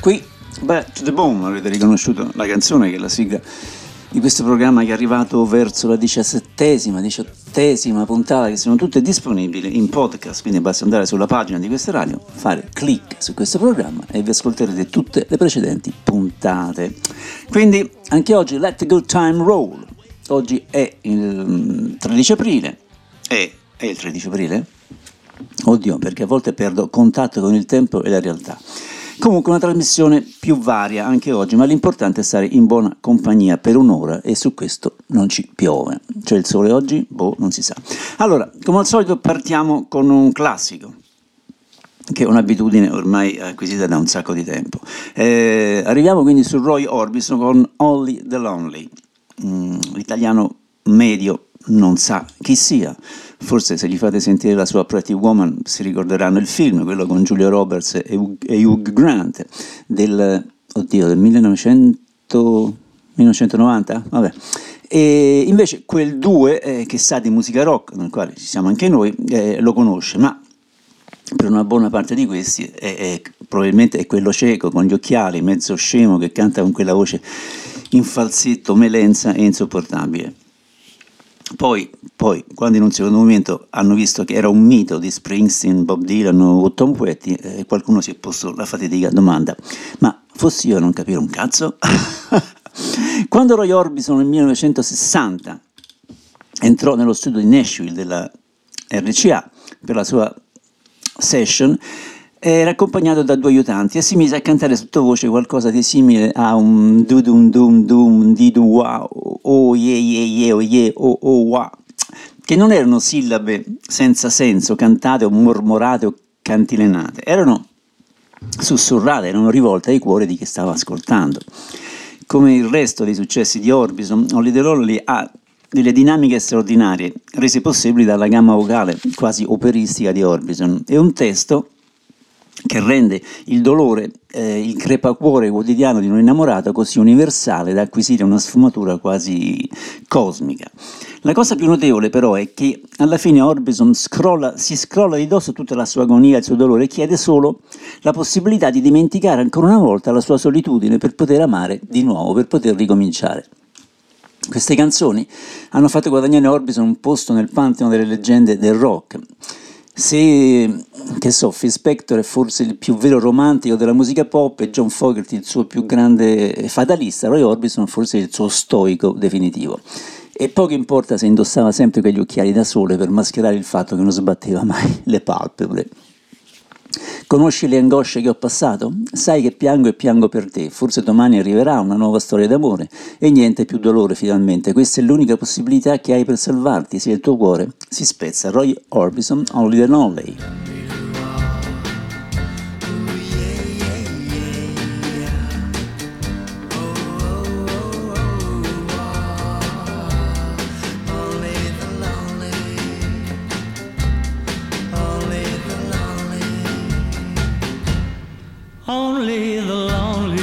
qui Back to the Bone, avete riconosciuto la canzone che è la sigla di questo programma che è arrivato verso la 18ª puntata, che sono tutte disponibili in podcast, quindi basta andare sulla pagina di questa radio, fare click su questo programma e vi ascolterete tutte le precedenti puntate. Quindi anche oggi Let the Good Time Roll. Oggi è il 13 aprile. È il 13 aprile? Oddio, perché a volte perdo contatto con il tempo e la realtà. Comunque una trasmissione più varia anche oggi, ma l'importante è stare in buona compagnia per un'ora e su questo non ci piove. C'è il sole oggi? Non si sa. Allora, come al solito partiamo con un classico, che è un'abitudine ormai acquisita da un sacco di tempo. Arriviamo quindi su Roy Orbison con Only the Lonely. L'italiano medio non sa chi sia, forse se gli fate sentire la sua Pretty Woman si ricorderanno il film, quello con Julia Roberts e Hugh Grant del 1990, vabbè. E invece quel 2 che sa di musica rock, nel quale ci siamo anche noi, lo conosce, ma per una buona parte di questi probabilmente è quello cieco con gli occhiali, mezzo scemo, che canta con quella voce in falsetto, melenza e insopportabile. Poi, quando in un secondo momento hanno visto che era un mito di Springsteen, Bob Dylan o Tom Petty, qualcuno si è posto la fatidica domanda: ma fossi io a non capire un cazzo? Quando Roy Orbison nel 1960 entrò nello studio di Nashville della RCA per la sua session, era accompagnato da 2 aiutanti e si mise a cantare sottovoce qualcosa di simile a un dum dum dum di du wow, oh yeah yeah yeah oh yeah oh oh wow, che non erano sillabe senza senso cantate o mormorate o cantilenate, erano sussurrate, erano rivolte ai cuori di chi stava ascoltando. Come il resto dei successi di Orbison, Only the Lonely ha delle dinamiche straordinarie rese possibili dalla gamma vocale quasi operistica di Orbison e un testo che rende il dolore, il crepacuore quotidiano di un innamorato così universale da acquisire una sfumatura quasi cosmica. La cosa più notevole però è che alla fine Orbison si scrolla di dosso tutta la sua agonia, il suo dolore, e chiede solo la possibilità di dimenticare ancora una volta la sua solitudine per poter amare di nuovo, per poter ricominciare. Queste canzoni hanno fatto guadagnare Orbison un posto nel pantheon delle leggende del rock. Se, che so, Phil Spector è forse il più vero romantico della musica pop e John Fogerty il suo più grande fatalista, Roy Orbison forse il suo stoico definitivo. E poco importa se indossava sempre quegli occhiali da sole per mascherare il fatto che non sbatteva mai le palpebre. Conosci le angosce che ho passato? Sai che piango e piango per te, forse domani arriverà una nuova storia d'amore e niente più dolore finalmente, questa è l'unica possibilità che hai per salvarti se il tuo cuore si spezza. Roy Orbison, Only the Lonely. Only the lonely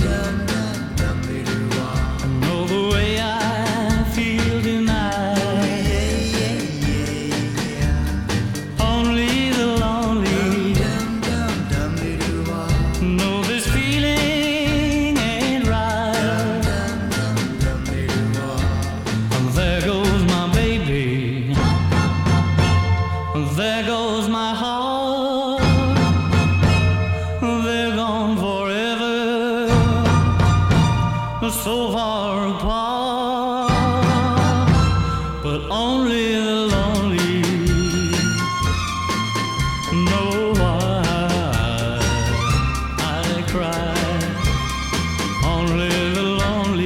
know the way I feel tonight. Only the lonely know this feeling ain't right. There goes my baby, there goes my heart. So far apart, but only the lonely know why I cry. Only the lonely.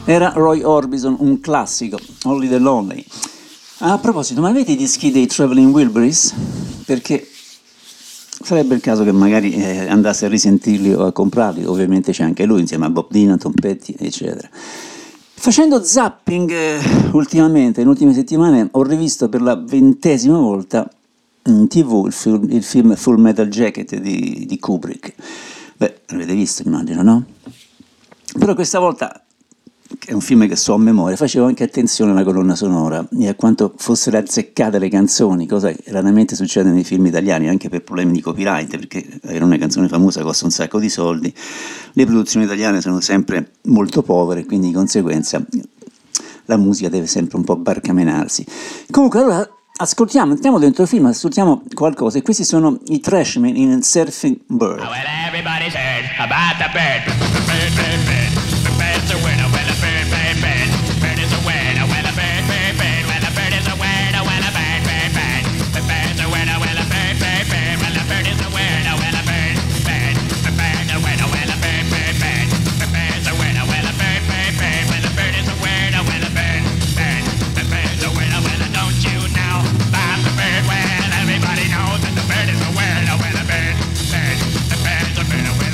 Era Roy Orbison, un classico, Only the Lonely. A proposito, ma avete i dischi dei Traveling Wilburys? Perché sarebbe il caso che magari andasse a risentirli o a comprarli. Ovviamente c'è anche lui insieme a Bob Dylan, Tom Petty, eccetera. Facendo zapping ultimamente, nelle ultime settimane, ho rivisto per la 20ª volta in TV il film Full Metal Jacket di Kubrick. Beh, l'avete visto, immagino, no? Però questa volta, che è un film che so a memoria, facevo anche attenzione alla colonna sonora e a quanto fossero azzeccate le canzoni, cosa che raramente succede nei film italiani, anche per problemi di copyright, perché avere una canzone famosa costa un sacco di soldi. Le produzioni italiane sono sempre molto povere, quindi di conseguenza la musica deve sempre un po' barcamenarsi. Comunque, allora, entriamo dentro il film, ascoltiamo qualcosa, e questi sono i Trashmen in Surfing Bird. Well, everybody's heard about the bird. Bird, bird, bird. The bird's a winner. Well, a bird, bird, bird. Bird is a winner. Well, a bird, bird, bird. Well, a bird is a winner. Well, a bird, bird, bird. The bird's a winner. Well, a bird, bird, bird. Well, a bird is a winner. Well, a bird, bird. The bird's a winner. Well, a bird, bird, bird. The bird's a winner. Well, a bird, bird, bird. Well, a bird is a winner. Well, a bird, bird. The bird's a winner. Well, don't you know about the bird? Well, everybody knows that the bird is a winner. Well, a bird, bird. The bird's a winner. Well,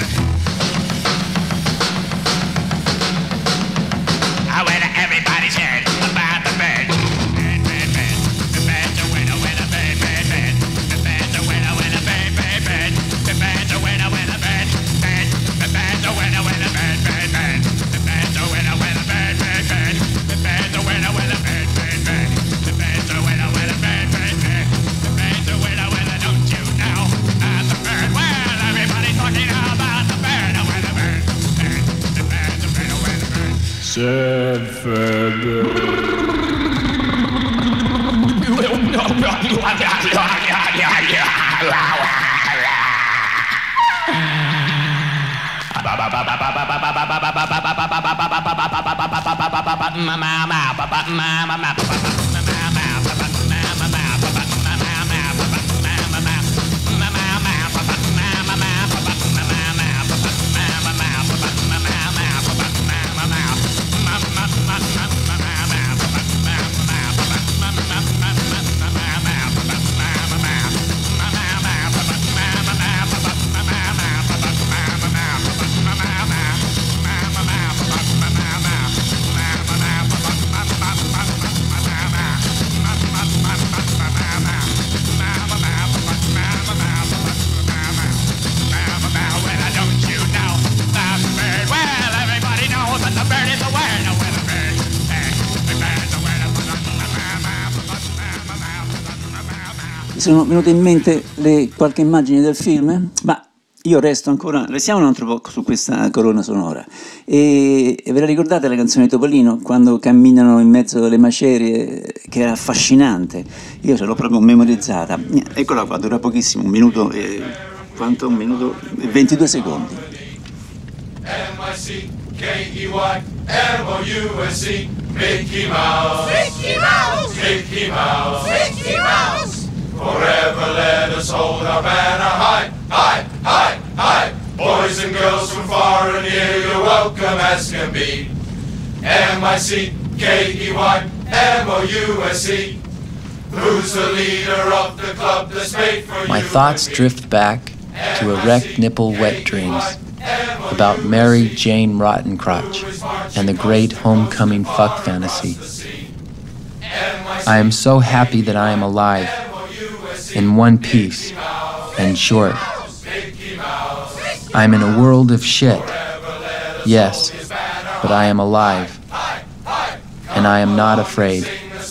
everybody's heard about the bird. Bird, bird, bird. The bird's a winner. Well, a bird, bird, bird. The bird's a winner. Well, a bird, bird, bird. The bird's a winner. Well, a bird, bird. The bird's a winner. Well, a bird, bird, bird. The bird's a winner. Well, a bird, bird, bird. The bird's a winner. Well, a bird, bird, bird. The bird's a winner. Well, a bird, bird, bird. The bird's a winner. Well, don't you know about the bird? Well, everybody's talking about the bird. Well, the bird, bird. The bird's a winner. Well, the bird. Sono venute in mente qualche immagine del film, ma io restiamo un altro po' su questa colonna sonora. E ve la ricordate la canzone di Topolino, quando camminano in mezzo alle macerie, che era affascinante? Io ce l'ho proprio memorizzata. Eccola qua, dura pochissimo, un minuto e 22 secondi. M-I-C-K-E-Y-M-O-U-S-E, Mickey Mouse, Mickey Mouse, Mickey Mouse, Mickey Mouse. Forever let us hold our banner high, high, high, high. Boys and girls from far and near, you're welcome as can be. M-I-C-K-E-Y-M-O-U-S-E. Who's the leader of the club that's made for you? My thoughts drift back to erect nipple wet dreams about Mary Jane Rottencrotch and the great homecoming fuck fantasy. I am so happy that I am alive, in one piece, and short. I'm in a world of shit, yes, but I am alive, and I am not afraid.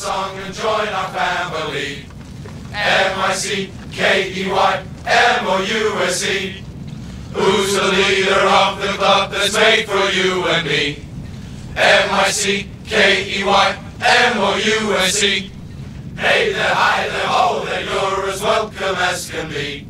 M-I-C-K-E-Y-M-O-U-S-E. Who's the leader of the club that's made for you and me? M-I-C-K-E-Y-M-O-U-S-E. Hey there, hi there, ho there, you're as welcome as can be.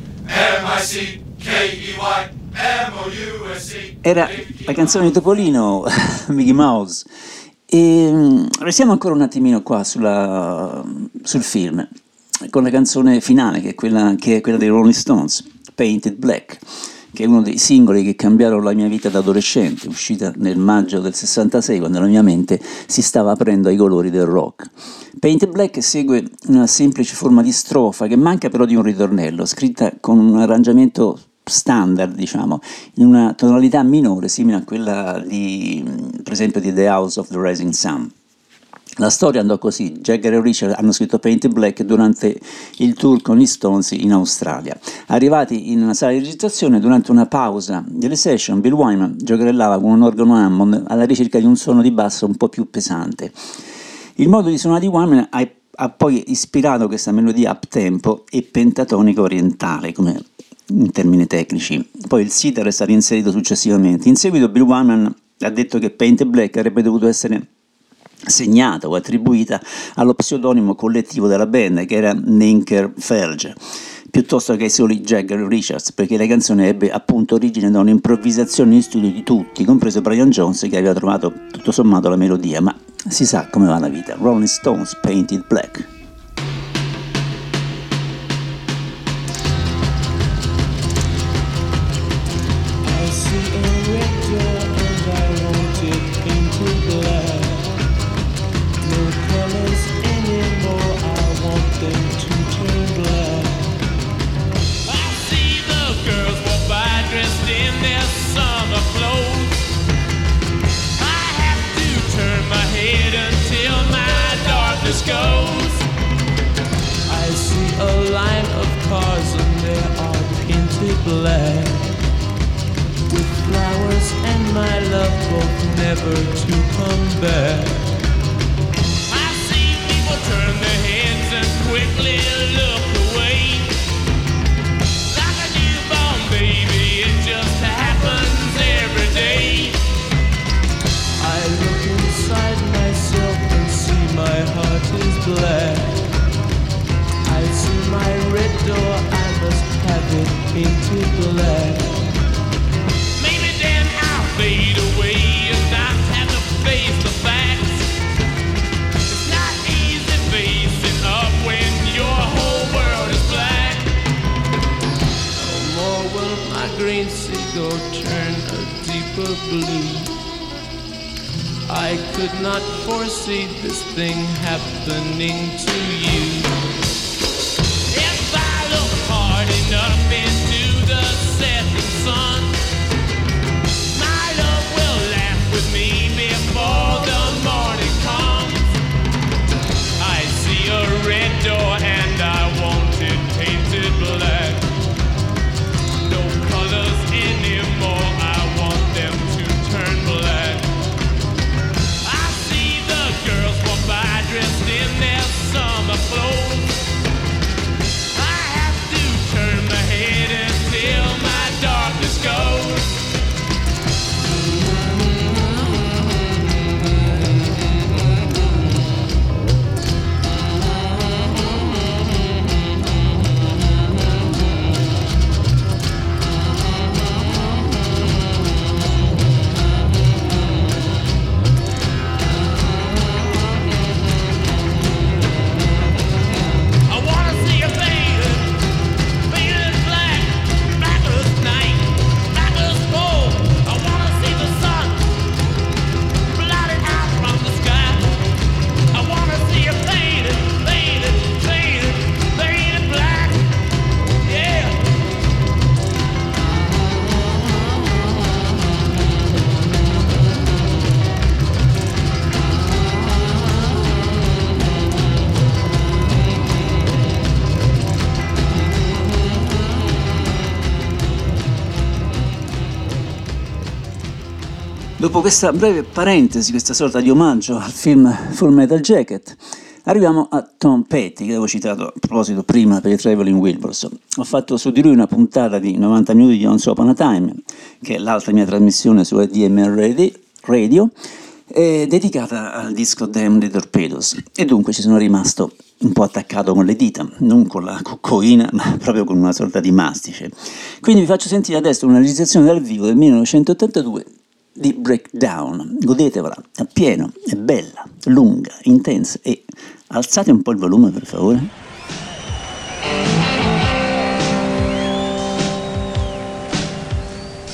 M-I-C-K-E-Y-M-O-U-S-E. Era la canzone di Topolino, Mickey Mouse. E restiamo ancora un attimino qua sul film, con la canzone finale, che è quella dei Rolling Stones, Painted Black, che è uno dei singoli che cambiarono la mia vita da adolescente, uscita nel maggio del 66, quando la mia mente si stava aprendo ai colori del rock. Painted Black segue una semplice forma di strofa che manca però di un ritornello, scritta con un arrangiamento standard, diciamo, in una tonalità minore, simile a quella per esempio di The House of the Rising Sun. La storia andò così: Jagger e Richard hanno scritto Painted Black durante il tour con gli Stones in Australia. Arrivati in una sala di registrazione, durante una pausa delle session, Bill Wyman giocherellava con un organo Hammond alla ricerca di un suono di basso un po' più pesante. Il modo di suonare di Wyman ha poi ispirato questa melodia up-tempo e pentatonica orientale, come in termini tecnici. Poi il sitar è stato inserito successivamente. In seguito Bill Wyman ha detto che Painted Black avrebbe dovuto essere segnata o attribuita allo pseudonimo collettivo della band, che era Ninker Felge, piuttosto che ai soli Jagger e Richards, perché la canzone ebbe appunto origine da un'improvvisazione in studio di tutti, compreso Brian Jones, che aveva trovato tutto sommato la melodia, ma si sa come va la vita. Rolling Stones, Painted Black. Goes. I see a line of cars and they are painted black, with flowers and my love both never to come back. I see people turn their heads and quickly look away, like a newborn baby, it just happens every day. I look inside myself and see my heart is black. I see my red door, I must have it painted black. Maybe then I'll fade away and not have to face the facts. It's not easy facing up when your whole world is black. No more will my green seagull turn a deeper blue. I could not foresee this thing happening to you. If I look hard enough into the setting sun, my love will laugh with me before the morning comes. I see a red door and I want it painted black. No colors anymore, I want them to turn black. Girls walk by dressed in their summer clothes. I have to turn my head until my darkness goes. Dopo questa breve parentesi, questa sorta di omaggio al film Full Metal Jacket, arriviamo a Tom Petty, che avevo citato a proposito prima per i Traveling Wilburys. Ho fatto su di lui una puntata di 90 minuti di Once Upon a Time, che è l'altra mia trasmissione su ADMR Radio, dedicata al disco Damn the Torpedoes, e dunque ci sono rimasto un po' attaccato con le dita, non con la cocaina, ma proprio con una sorta di mastice. Quindi vi faccio sentire adesso una registrazione dal vivo del 1982 di Breakdown. Godetevela appieno, è bella, lunga, intensa, e alzate un po' il volume per favore.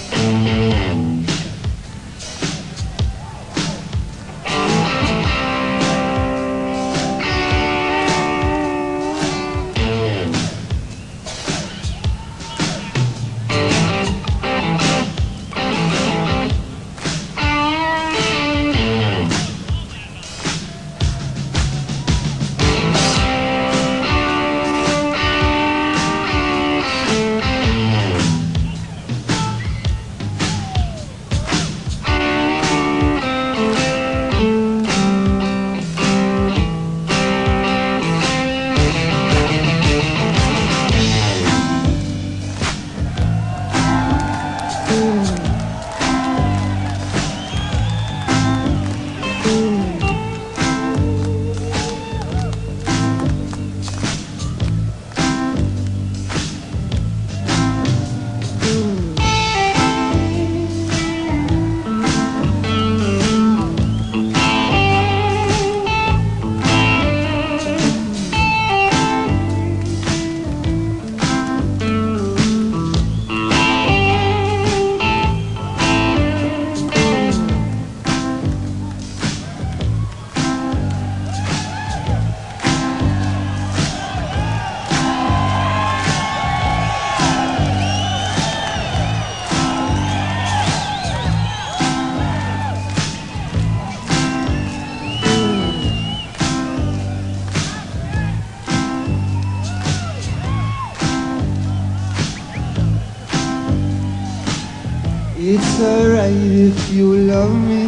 It's alright if you love me.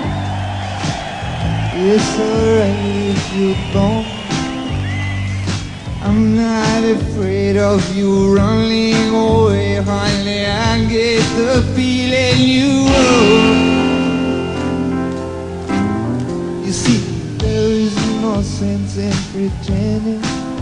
It's alright if you don't. I'm not afraid of you running away, honey. I get the feeling you own. You see, there is no sense in pretending.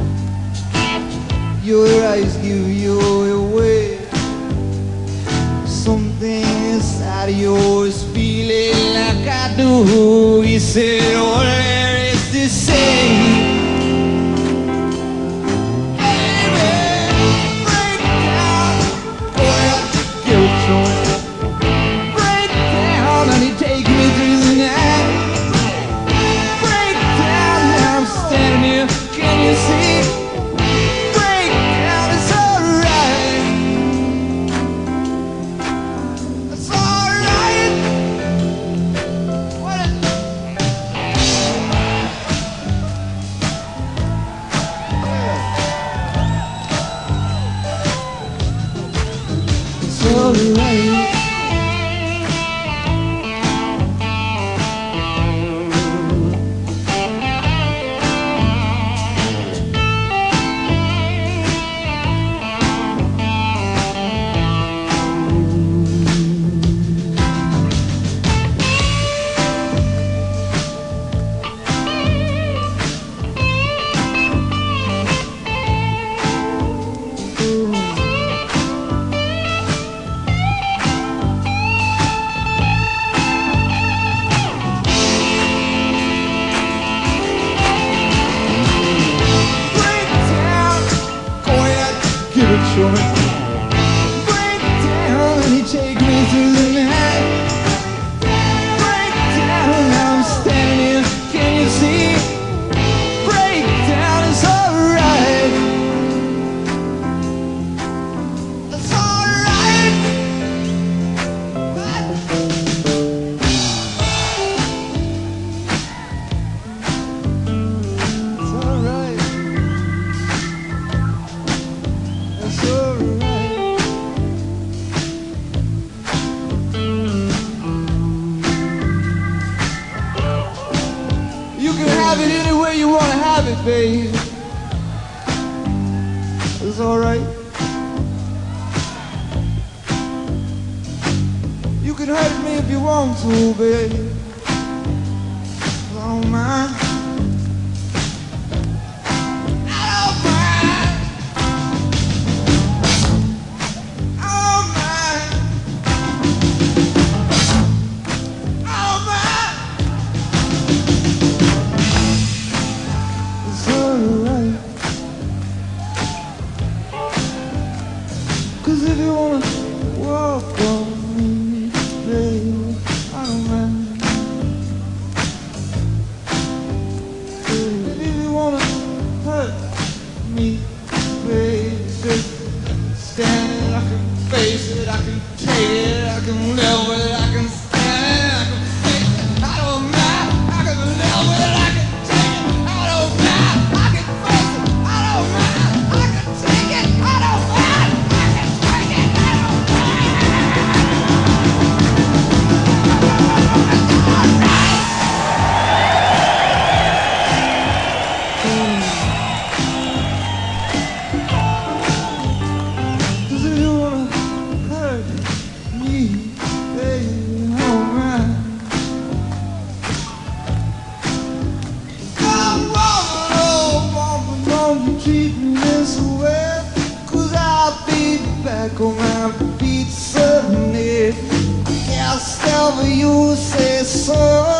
Your eyes give you away. Something inside yours feeling like I do. He said, all there is to say. Babe, it's alright. You can hurt me if you want to, babe. I don't mind. Cause if you wanna walk on me, can live with it, I can stand it, I can face it, I don't mind. I can live with it, I can take it, I don't mind. I can face it, I don't mind. I can take it, I don't mind. I can take it, I don't Cause if you wanna hurt me, baby, I don't mind. Don't you treat me this way, 'cause I'll be back on my feet suddenly. I can't stand for you to say so.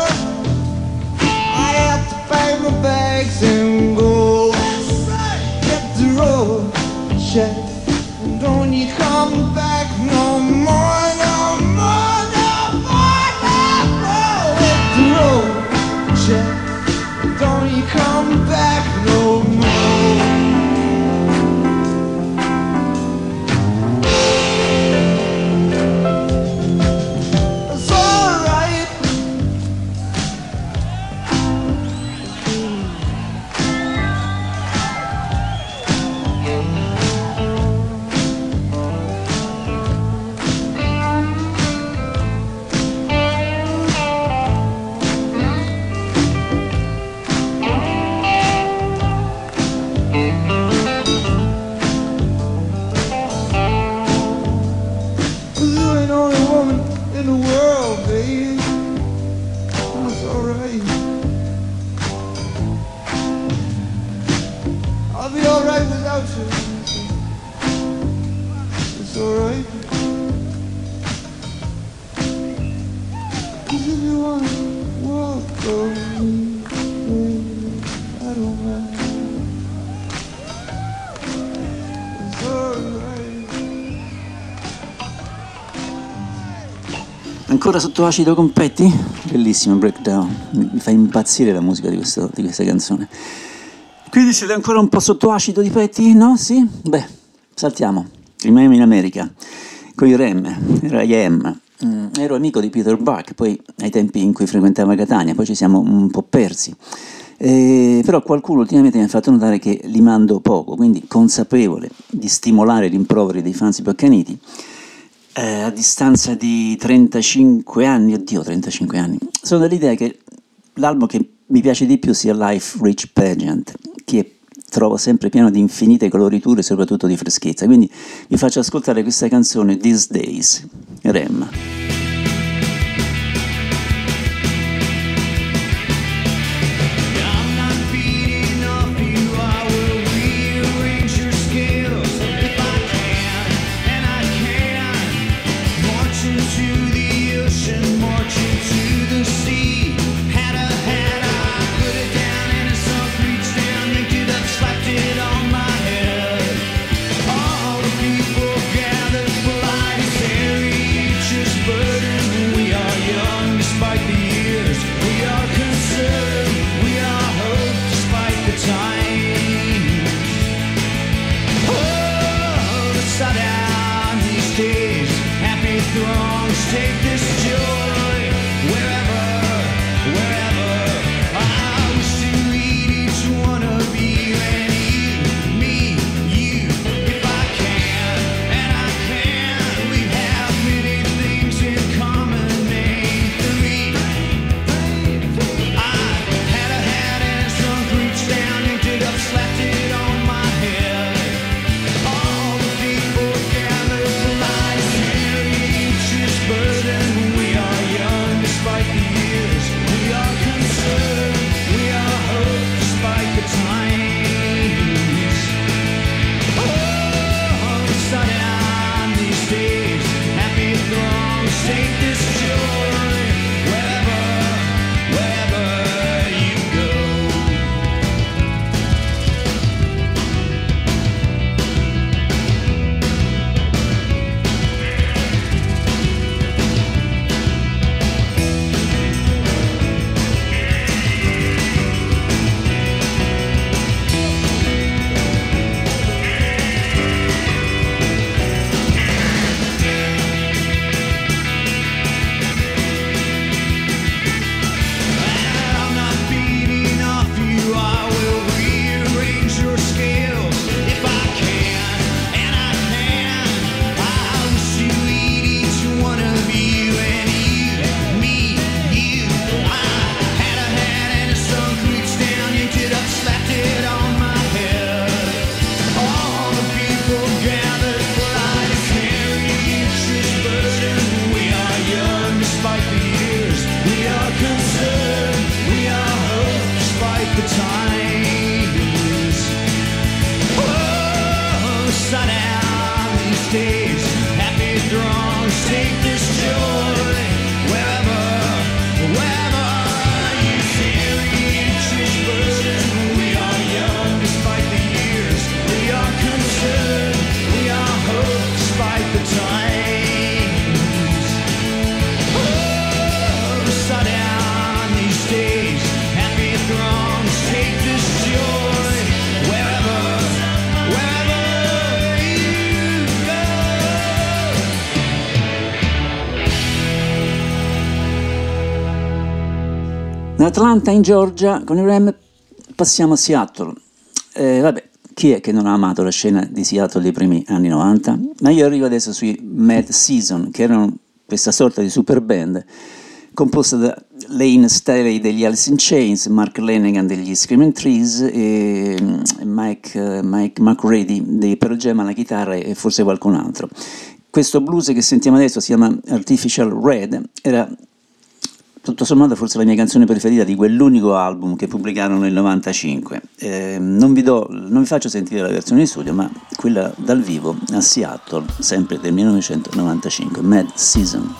I have to pack my bags and go. Hit the road, check. Don't you come back no more, no more, no more, no more. Hit the road, check. Don't you come back no more. It's alright. Cause you ain't the only woman in the world, baby. That's alright. I'll be alright without you. It's alright. Cause if you wanna walk on me, baby, I don't mind. It's alright. Ancora sotto acido con Petty? Bellissimo Breakdown, mi fa impazzire la musica di questa canzone. Quindi siete ancora un po' sotto acido di Petty? No? Sì? Beh, saltiamo, rimaniamo in America, con i Rem. Ero amico di Peter Buck, poi ai tempi in cui frequentava Catania, poi ci siamo un po' persi. Però qualcuno ultimamente mi ha fatto notare che li mando poco, quindi consapevole di stimolare i rimproveri dei fans più accaniti. A distanza di 35 anni, sono dell'idea che l'album che mi piace di più sia Life Rich Pageant, che trovo sempre pieno di infinite coloriture e soprattutto di freschezza, quindi vi faccio ascoltare questa canzone These Days, Rem. Despite the Da Atlanta in Georgia con i Ram passiamo a Seattle. Vabbè, chi è che non ha amato la scena di Seattle dei primi anni 90? Ma io arrivo adesso sui Mad Season, che erano questa sorta di super band composta da Lane Staley degli Alice in Chains, Mark Lanegan degli Screaming Trees e Mike McReady dei Pearl Jam alla chitarra e forse qualcun altro. Questo blues che sentiamo adesso si chiama Artificial Red, era tutto sommato forse la mia canzone preferita di quell'unico album che pubblicarono nel 95. Non vi faccio sentire la versione in studio, ma quella dal vivo a Seattle, sempre del 1995, Mad Season.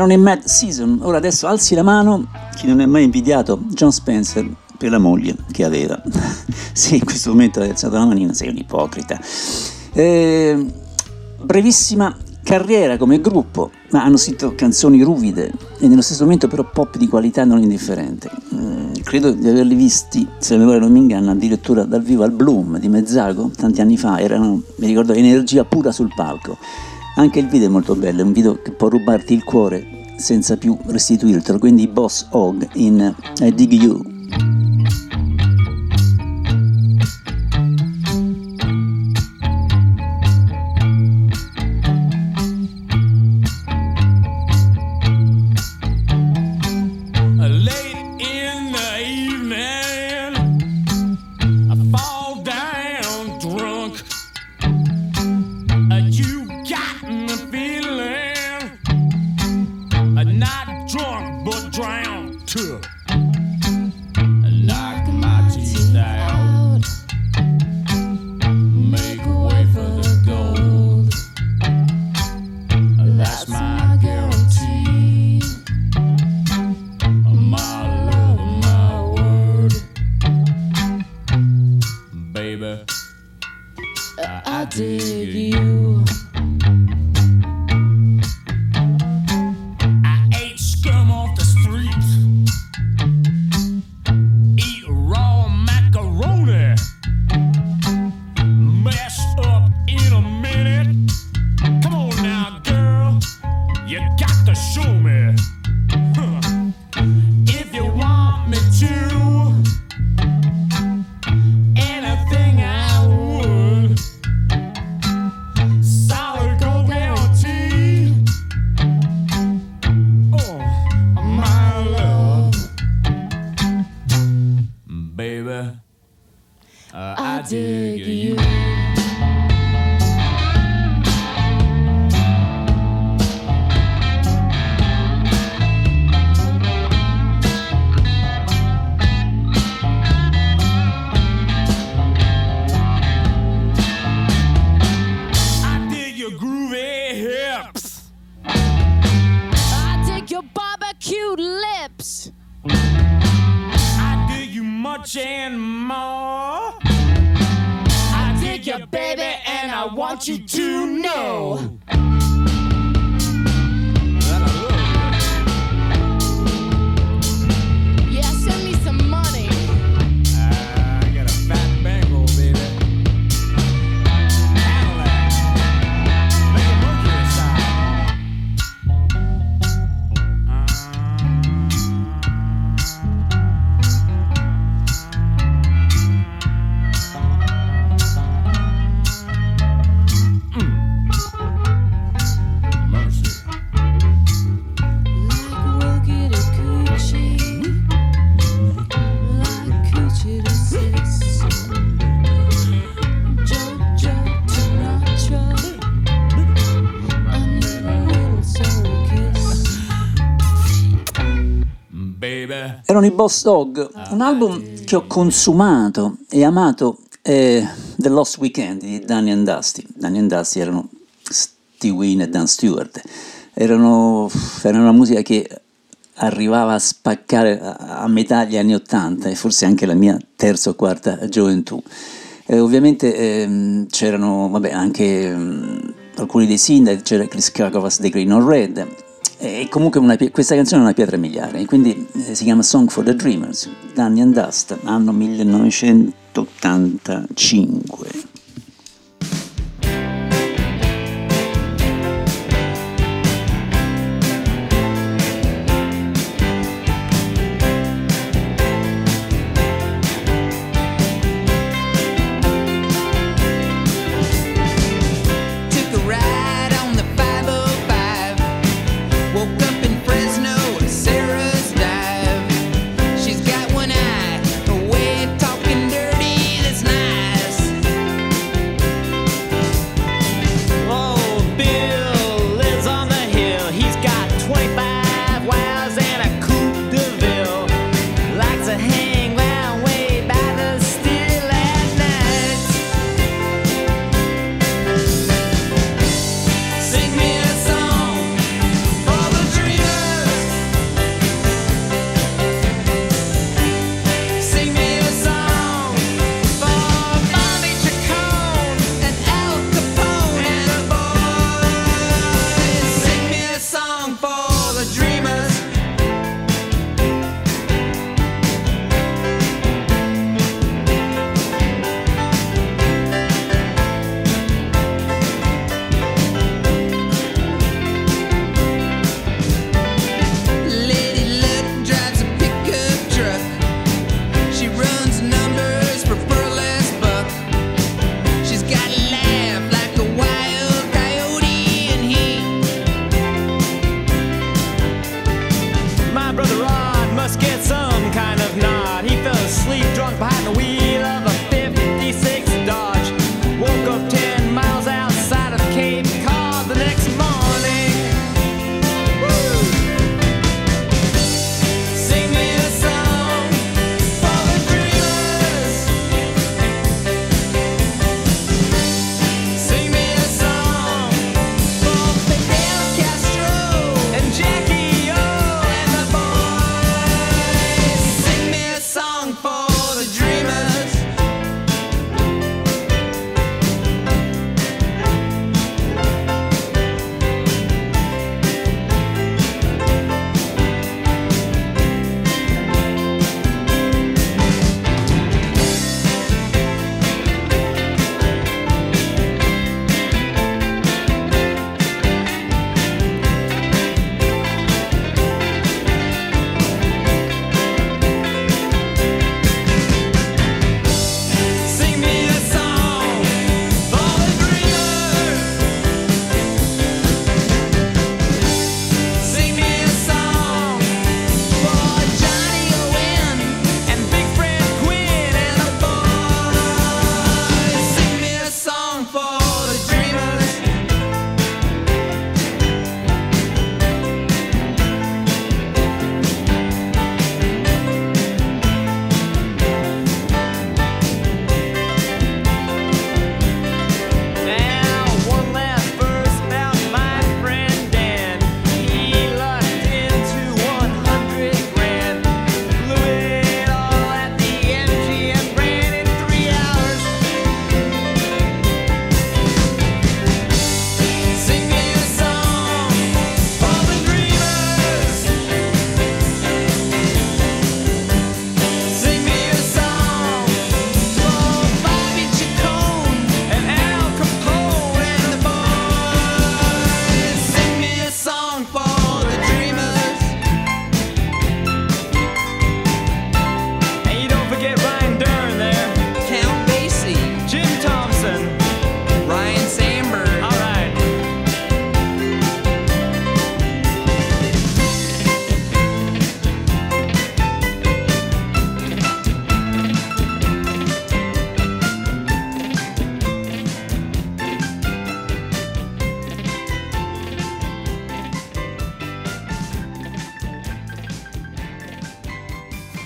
erano in Mad Season. Ora adesso alzi la mano chi non è mai invidiato John Spencer per la moglie che aveva. Se in questo momento hai alzato la manina sei un ipocrita. Brevissima carriera come gruppo, ma hanno scritto canzoni ruvide e nello stesso momento però pop di qualità non indifferente. Credo di averli visti, se la memoria non mi inganna, addirittura dal vivo al Bloom di Mezzago tanti anni fa. Erano, mi ricordo, energia pura sul palco. Anche il video è molto bello, è un video che può rubarti il cuore senza più restituirtelo. Quindi Boss Hogg in I Dig You. Erano i Boss Hogg, un album che ho consumato e amato è The Lost Weekend di Danny and Dusty. Danny and Dusty erano Steve Wynn e Dan Stewart, erano una musica che arrivava a spaccare a metà degli anni '80 e forse anche la mia terza o quarta gioventù. Ovviamente c'erano anche alcuni dei sindaci, c'era Chris Krakovas dei Green on Red. E comunque questa canzone è una pietra miliare, quindi si chiama Song for the Dreamers, Danny and Dust, anno 1985. She's got one eye, away talking dirty, that's nice.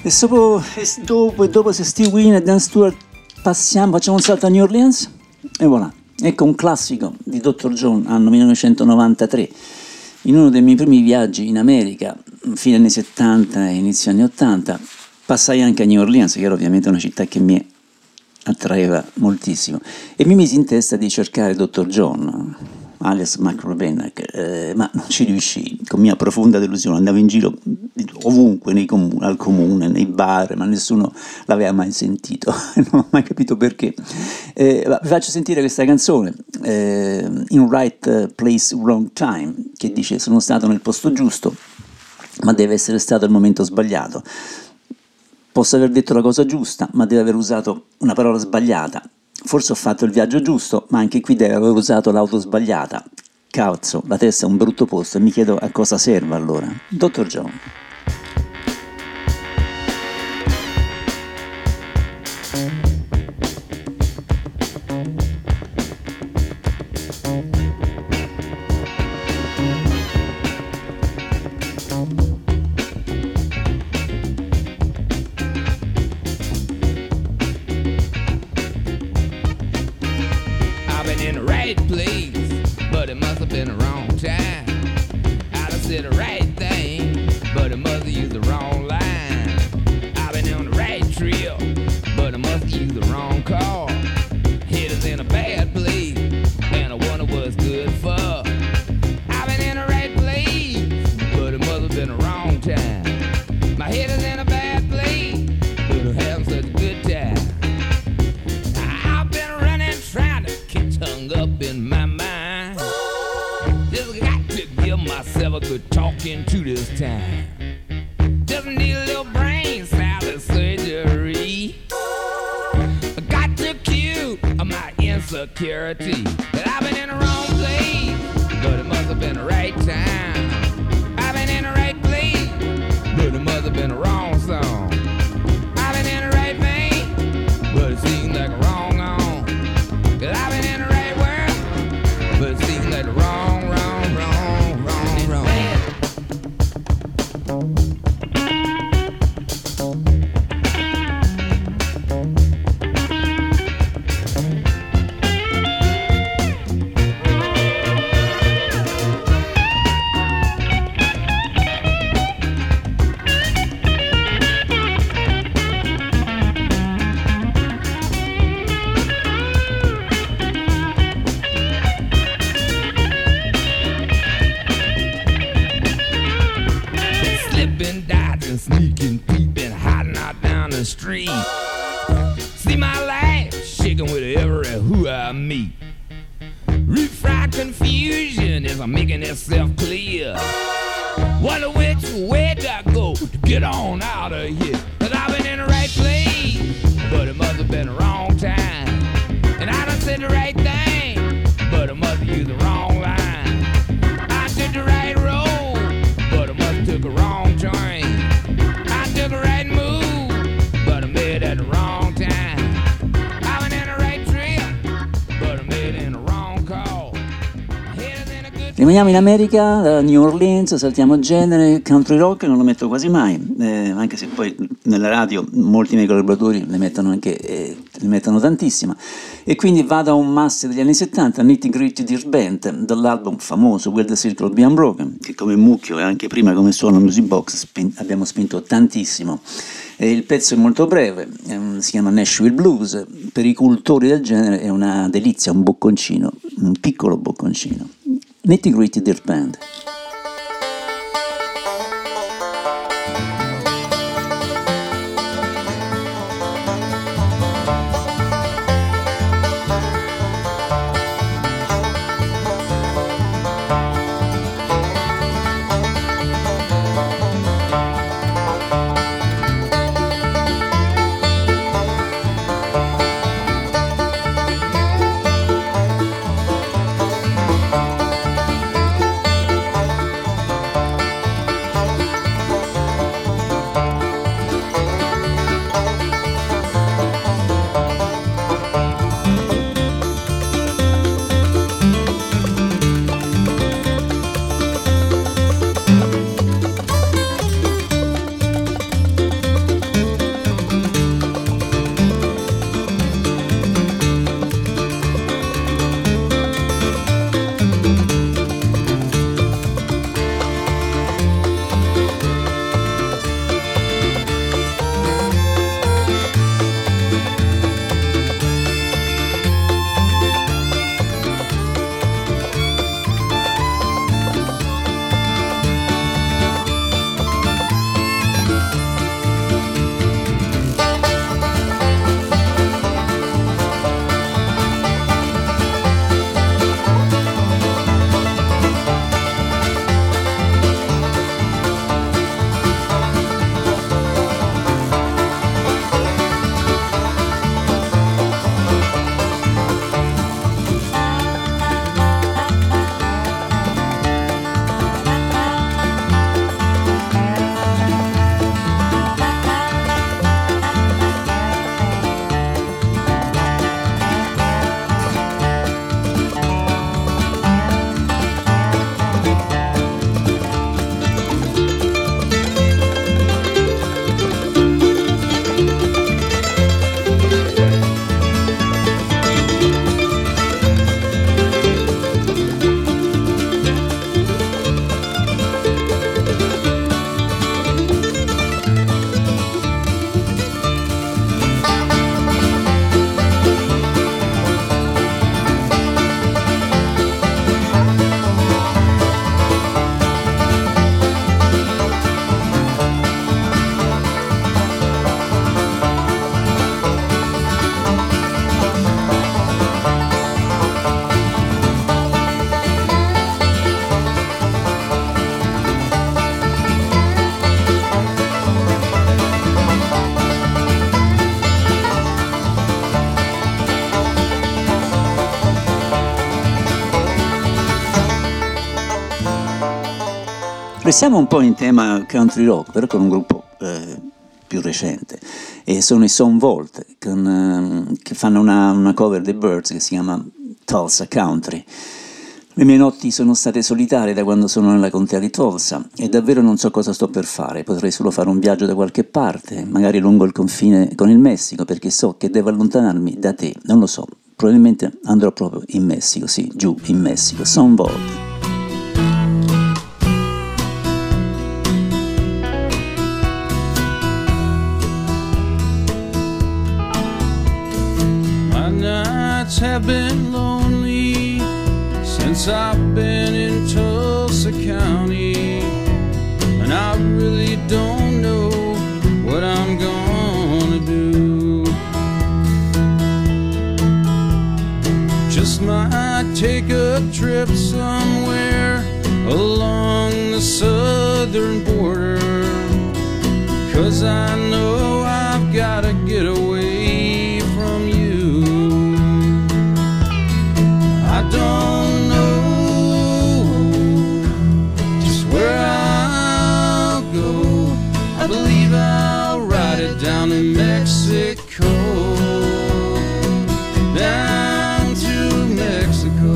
dopo se Steve Wynn e Dan Stewart facciamo un salto a New Orleans e voilà. Ecco un classico di Dr. John, anno 1993. In uno dei miei primi viaggi in America, fine anni 70 e inizio anni 80, passai anche a New Orleans, che era ovviamente una città che mi attraeva moltissimo, e mi misi in testa di cercare Dr. John, alias Mac Rebennack, ma non ci riuscii, con mia profonda delusione. Andavo in giro ovunque, al comune, nei bar, ma nessuno l'aveva mai sentito, non ho mai capito perché. Vi faccio sentire questa canzone, In Right Place, Wrong Time, che dice: sono stato nel posto giusto, ma deve essere stato il momento sbagliato. Posso aver detto la cosa giusta, ma deve aver usato una parola sbagliata. Forse ho fatto il viaggio giusto, ma anche qui deve aver usato l'auto sbagliata. Cazzo, la testa è un brutto posto e mi chiedo a cosa serva allora. Dr. John. Rimaniamo in America, da New Orleans, saltiamo genere, country rock non lo metto quasi mai, anche se poi nella radio molti miei collaboratori ne mettono tantissima, e quindi vado a un master degli anni 70, Nitty Gritty Dirt Band, dall'album famoso Will the Circle Be Unbroken, che come mucchio e anche prima come suono Music Box abbiamo spinto tantissimo. Il pezzo è molto breve, si chiama Nashville Blues, per i cultori del genere è una delizia, un bocconcino, un piccolo bocconcino. Nitty Gritty Dirt Band. Restiamo un po' in tema country rock, però con un gruppo più recente, e sono i Son Volt che fanno una cover dei Byrds che si chiama Tulsa Country. Le mie notti sono state solitarie da quando sono nella contea di Tulsa e davvero non so cosa sto per fare. Potrei solo fare un viaggio da qualche parte, magari lungo il confine con il Messico, perché so che devo allontanarmi da te. Non lo so, probabilmente andrò proprio in Messico, sì, giù in Messico. Son Volt. Have been lonely since I've been in Tulsa County, and I really don't know what I'm gonna do. Just might take a trip somewhere along the southern border, 'cause I know I've gotta get away from you. I don't know just where I'll go. I believe I'll ride it down to Mexico, down to Mexico.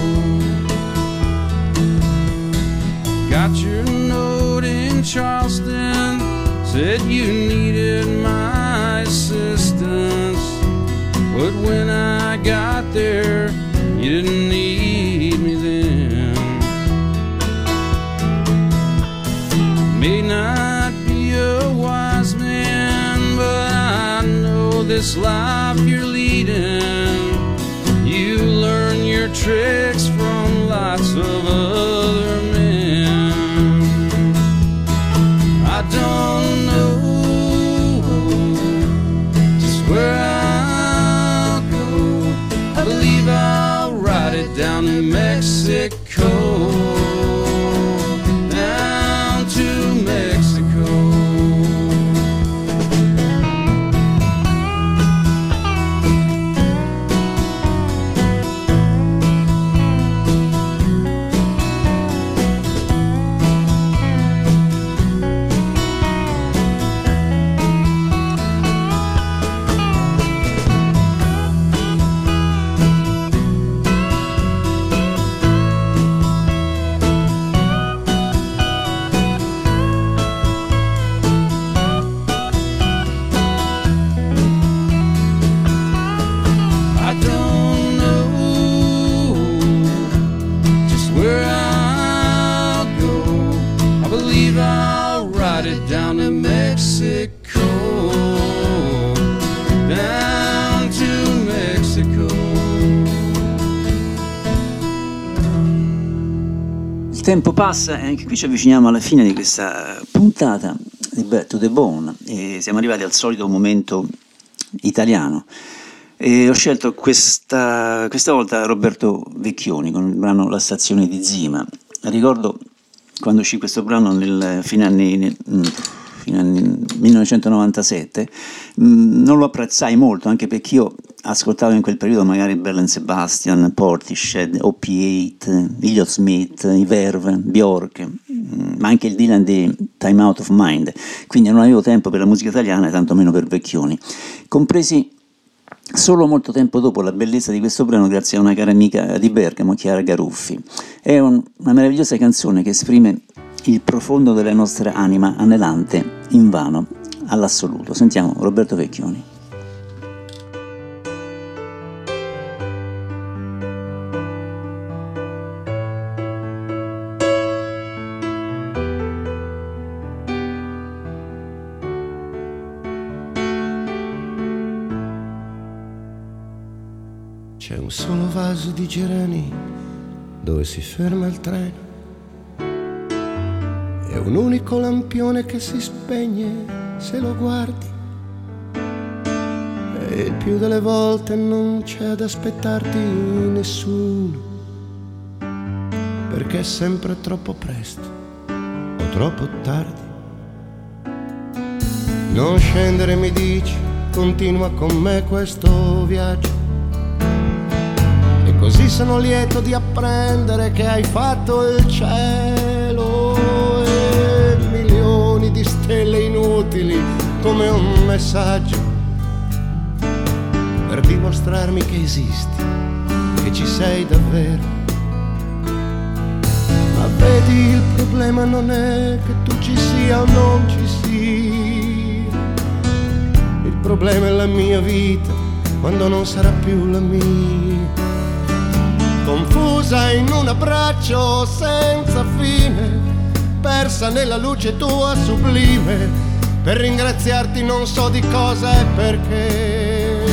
Got your note in Charleston, said you needed my assistance, but when I got there you didn't need me then. May not be a wise man, but I know this life you're leading. You learn your tricks from lots of other men. I don't know just where I'll go. I believe I'll ride it down to Mexico, down to Mexico. Down to Mexico, down to Mexico. Il tempo passa e anche qui ci avviciniamo alla fine di questa puntata di Back to the Bone e siamo arrivati al solito momento italiano. E ho scelto questa volta Roberto Vecchioni con il brano La stazione di Zima. Ricordo quando uscì questo brano nel fine anni 1997, non lo apprezzai molto, anche perché io ascoltavo in quel periodo magari Bell and Sebastian, Portishead, OP8, Elliott Smith, i Verve, Bjork, ma anche il Dylan di Time Out of Mind, quindi non avevo tempo per la musica italiana e tantomeno per Vecchioni. Compresi solo molto tempo dopo la bellezza di questo brano grazie a una cara amica di Bergamo, Chiara Garuffi. È una meravigliosa canzone che esprime il profondo della nostra anima anelante, invano, all'assoluto. Sentiamo Roberto Vecchioni. C'è un solo vaso di gerani dove si ferma il treno e un unico lampione che si spegne se lo guardi, e il più delle volte non c'è ad aspettarti nessuno, perché è sempre troppo presto o troppo tardi. Non scendere, mi dici, continua con me questo viaggio, così sono lieto di apprendere che hai fatto il cielo e come un messaggio per dimostrarmi che esisti, che ci sei davvero. Ma vedi, il problema non è che tu ci sia o non ci sia, il problema è la mia vita quando non sarà più la mia, confusa in un abbraccio senza fine, persa nella luce tua sublime, per ringraziarti non so di cosa e perché.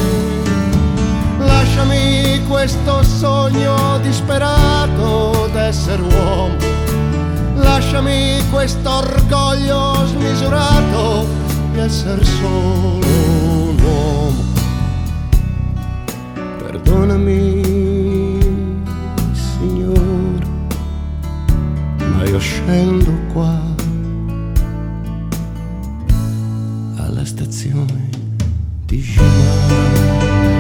Lasciami questo sogno disperato d'essere uomo, lasciami questo orgoglio smisurato di essere solo un uomo. Perdonami, Signore, ma io scendo qua alla stazione di Gimà.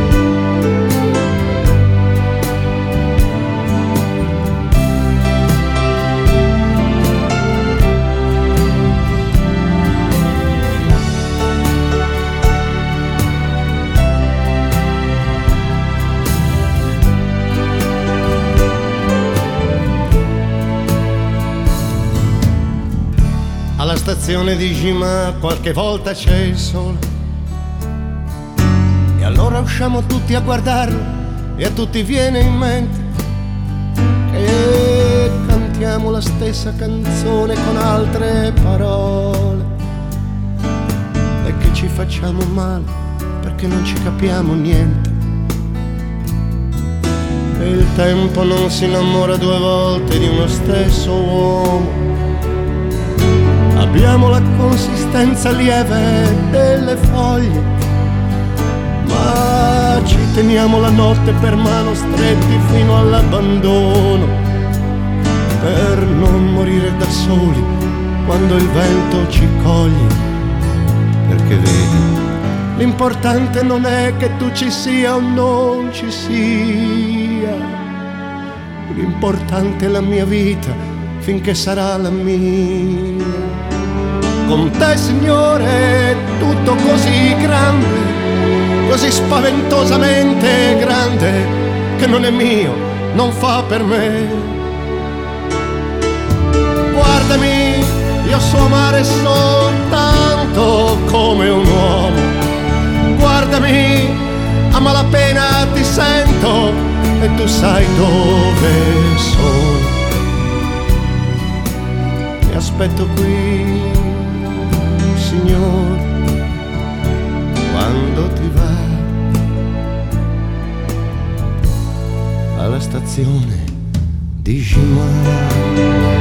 Alla stazione di Gimà qualche volta c'è il sole e allora usciamo tutti a guardarlo e a tutti viene in mente che cantiamo la stessa canzone con altre parole e che ci facciamo male perché non ci capiamo niente. E il tempo non si innamora due volte di uno stesso uomo. Abbiamo la consistenza lieve delle foglie, ma ci teniamo la notte per mano stretti fino all'abbandono, per non morire da soli quando il vento ci coglie. Perché vedi, l'importante non è che tu ci sia o non ci sia, l'importante è la mia vita finché sarà la mia. Con te, Signore, tutto così grande, così spaventosamente grande, che non è mio, non fa per me. Guardami, io so amare soltanto come un uomo. Guardami, a malapena ti sento e tu sai dove sono. Ti aspetto qui, Signore, quando ti va alla stazione di Gimà.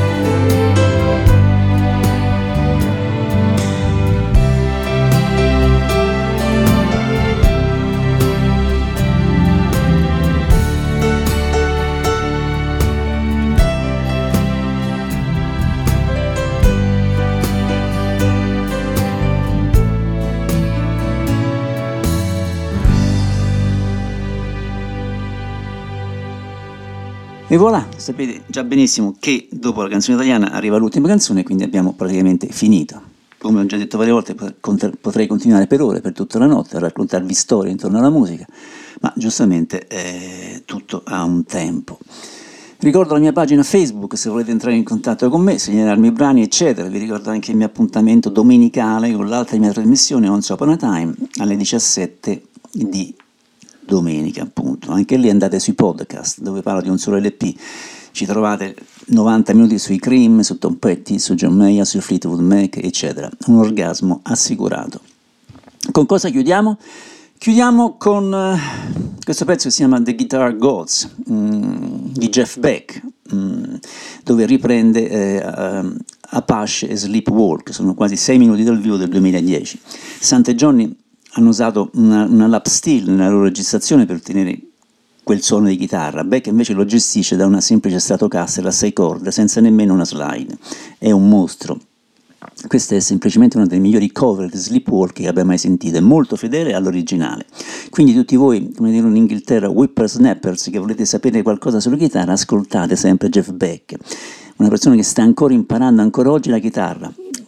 E voilà, sapete già benissimo che dopo la canzone italiana arriva l'ultima canzone, quindi abbiamo praticamente finito. Come ho già detto varie volte, potrei continuare per ore, per tutta la notte, a raccontarvi storie intorno alla musica, ma giustamente tutto ha un tempo. Ricordo la mia pagina Facebook se volete entrare in contatto con me, segnalarmi i brani, eccetera. Vi ricordo anche il mio appuntamento domenicale con l'altra mia trasmissione Once Upon a Time alle 17 di domenica, appunto. Anche lì andate sui podcast dove parlo di un solo LP, ci trovate 90 minuti sui Cream, su Tom Petty, su John Mayer, su Fleetwood Mac, eccetera. Un orgasmo assicurato. Con cosa chiudiamo? Chiudiamo con questo pezzo che si chiama The Guitar Gods di Jeff Beck, dove riprende Apache e Sleepwalk. Sono quasi 6 minuti dal vivo del 2010. Sante Johnny hanno usato una lap steel nella loro registrazione per ottenere quel suono di chitarra. Beck invece lo gestisce da una semplice Stratocaster a 6 corde senza nemmeno una slide. È un mostro. Questa è semplicemente una delle migliori cover di Sleepwalk che abbia mai sentito, è molto fedele all'originale. Quindi tutti voi, come dicono in Inghilterra, whippersnappers, che volete sapere qualcosa sulla chitarra, ascoltate sempre Jeff Beck, una persona che sta ancora imparando ancora oggi la chitarra.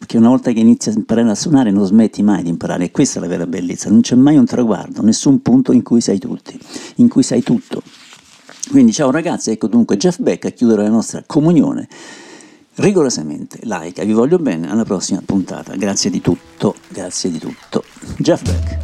perché una volta che inizi a imparare a suonare non smetti mai di imparare, e questa è la vera bellezza, non c'è mai un traguardo, nessun punto in cui sai tutti, in cui sai tutto. Quindi ciao ragazzi, ecco dunque Jeff Beck a chiudere la nostra comunione rigorosamente laica. Vi voglio bene, alla prossima puntata, grazie di tutto, Jeff Beck.